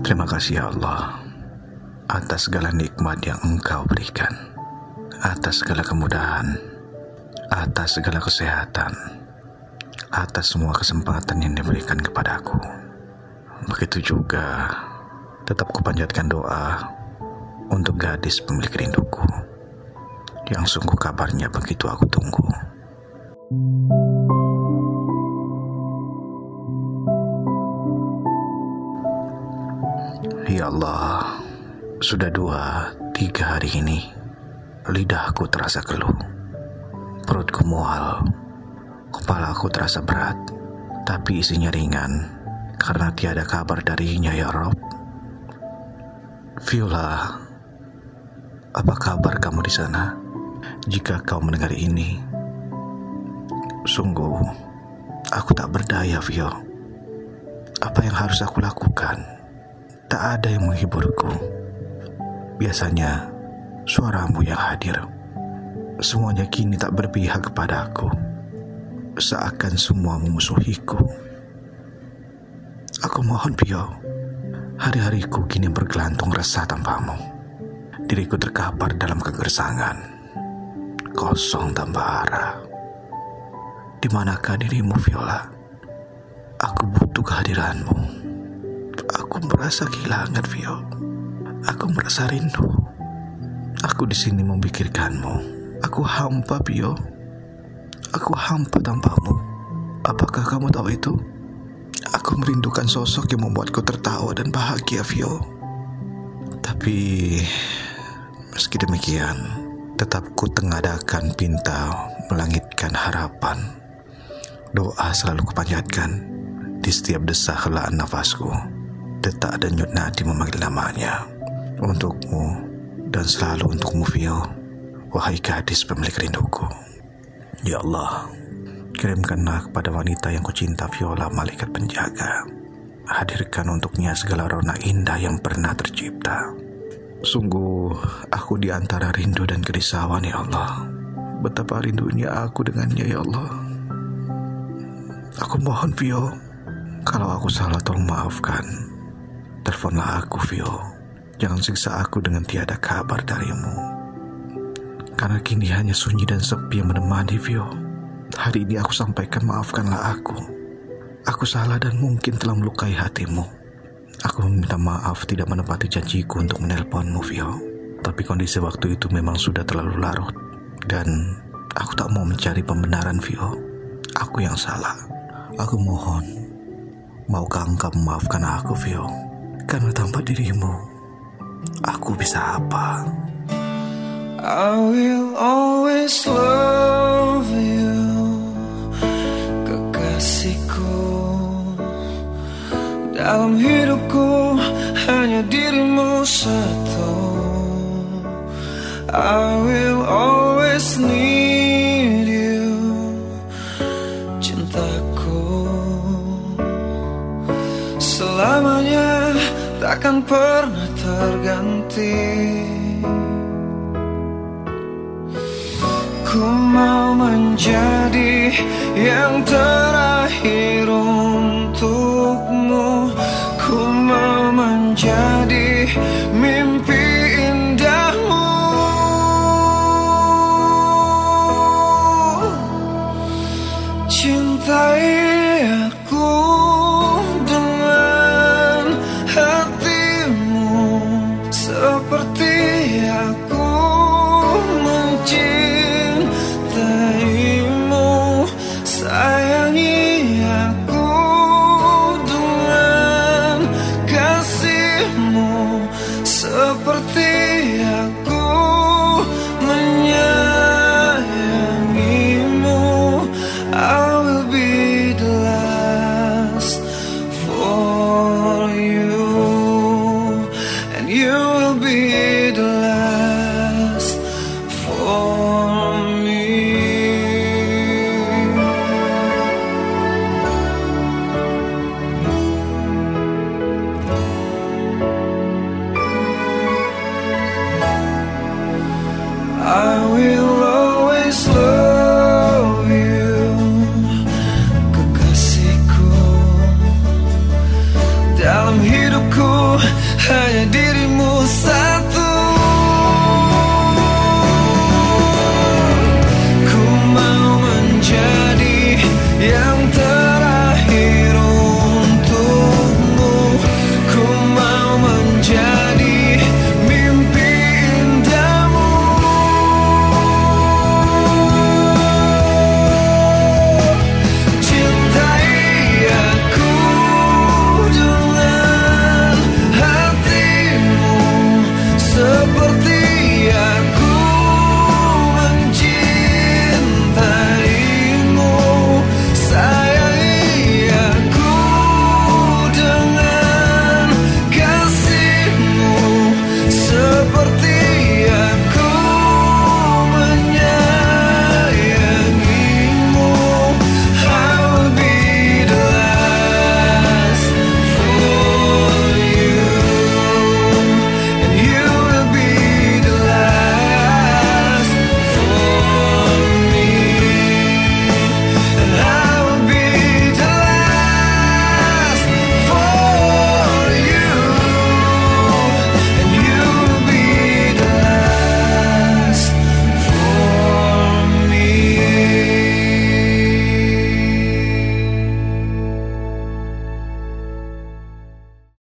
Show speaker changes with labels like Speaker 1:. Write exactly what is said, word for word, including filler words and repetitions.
Speaker 1: Terima kasih ya Allah atas segala nikmat yang Engkau berikan, atas segala kemudahan, atas segala kesehatan, atas semua kesempatan yang diberikan kepadaku. Begitu juga tetap kupanjatkan doa untuk gadis pemilik rinduku yang sungguh kabarnya begitu aku tunggu. Ya Allah, sudah dua, tiga hari ini lidahku terasa keluh, perutku mual, kepalaku terasa berat, tapi isinya ringan karena tiada kabar darinya ya Rob. Viola, apa kabar kamu di sana? Jika kau mendengar ini, sungguh aku tak berdaya, Vio. Apa yang harus aku lakukan? Tak ada yang menghiburku. Biasanya suaramu yang hadir. Semuanya kini tak berpihak kepada aku, seakan semua memusuhiku. Aku mohon Vio, hari-hariku kini bergelantung resah tanpamu. Diriku terkapar dalam kegersangan, kosong tanpa arah. Di manakah dirimu Viola? Aku butuh kehadiranmu. Aku merasa kehilangan Vio. Aku merasa rindu. Aku di sini memikirkanmu. Aku hampa Vio. Aku hampa tanpamu. Apakah kamu tahu itu? Aku merindukan sosok yang membuatku tertawa dan bahagia Vio. Tapi meski demikian, tetap ku tengadakan pinta melangitkan harapan. Doa selalu kupanjatkan di setiap desah helaan nafasku. Detak dan nyut nadi memanggil namanya. Untukmu dan selalu untukmu Vio, wahai gadis pemilik rinduku. Ya Allah, kirimkanlah kepada wanita yang kucinta Viola malaikat penjaga. Hadirkan untuknya segala rona indah yang pernah tercipta. Sungguh aku di antara rindu dan kerisauan ya Allah. Betapa rindunya aku dengannya ya Allah. Aku mohon Vio, kalau aku salah tolong maafkan. Teleponlah aku Vio. Jangan siksa aku dengan tiada kabar darimu. Karena kini hanya sunyi dan sepi yang menemani Vio. Hari ini aku sampaikan maafkanlah aku. Aku salah dan mungkin telah melukai hatimu. Aku meminta maaf tidak menepati janjiku untuk menelponmu Vio. Tapi kondisi waktu itu memang sudah terlalu larut. Dan aku tak mau mencari pembenaran Vio. Aku yang salah. Aku mohon, maukah engkau memaafkan aku Vio? Karena tanpa dirimu, aku bisa apa?
Speaker 2: I will always love you, kekasihku. Dalam hidupku hanya dirimu satu. I will always need you, cintaku. Selamanya takkan pernah terganti. Ku mau menjadi yang terakhir untukmu. Ku mau menjadi mimpi indahmu. Cintai aku dengan hatimu, seperti aku mencintaimu. Sayangi aku dengan kasihmu, seperti aku menyayangimu. I will be the last for you, and you will be the last for me. I will always love you, kekasihku. Dalam hidupku hanya dirimu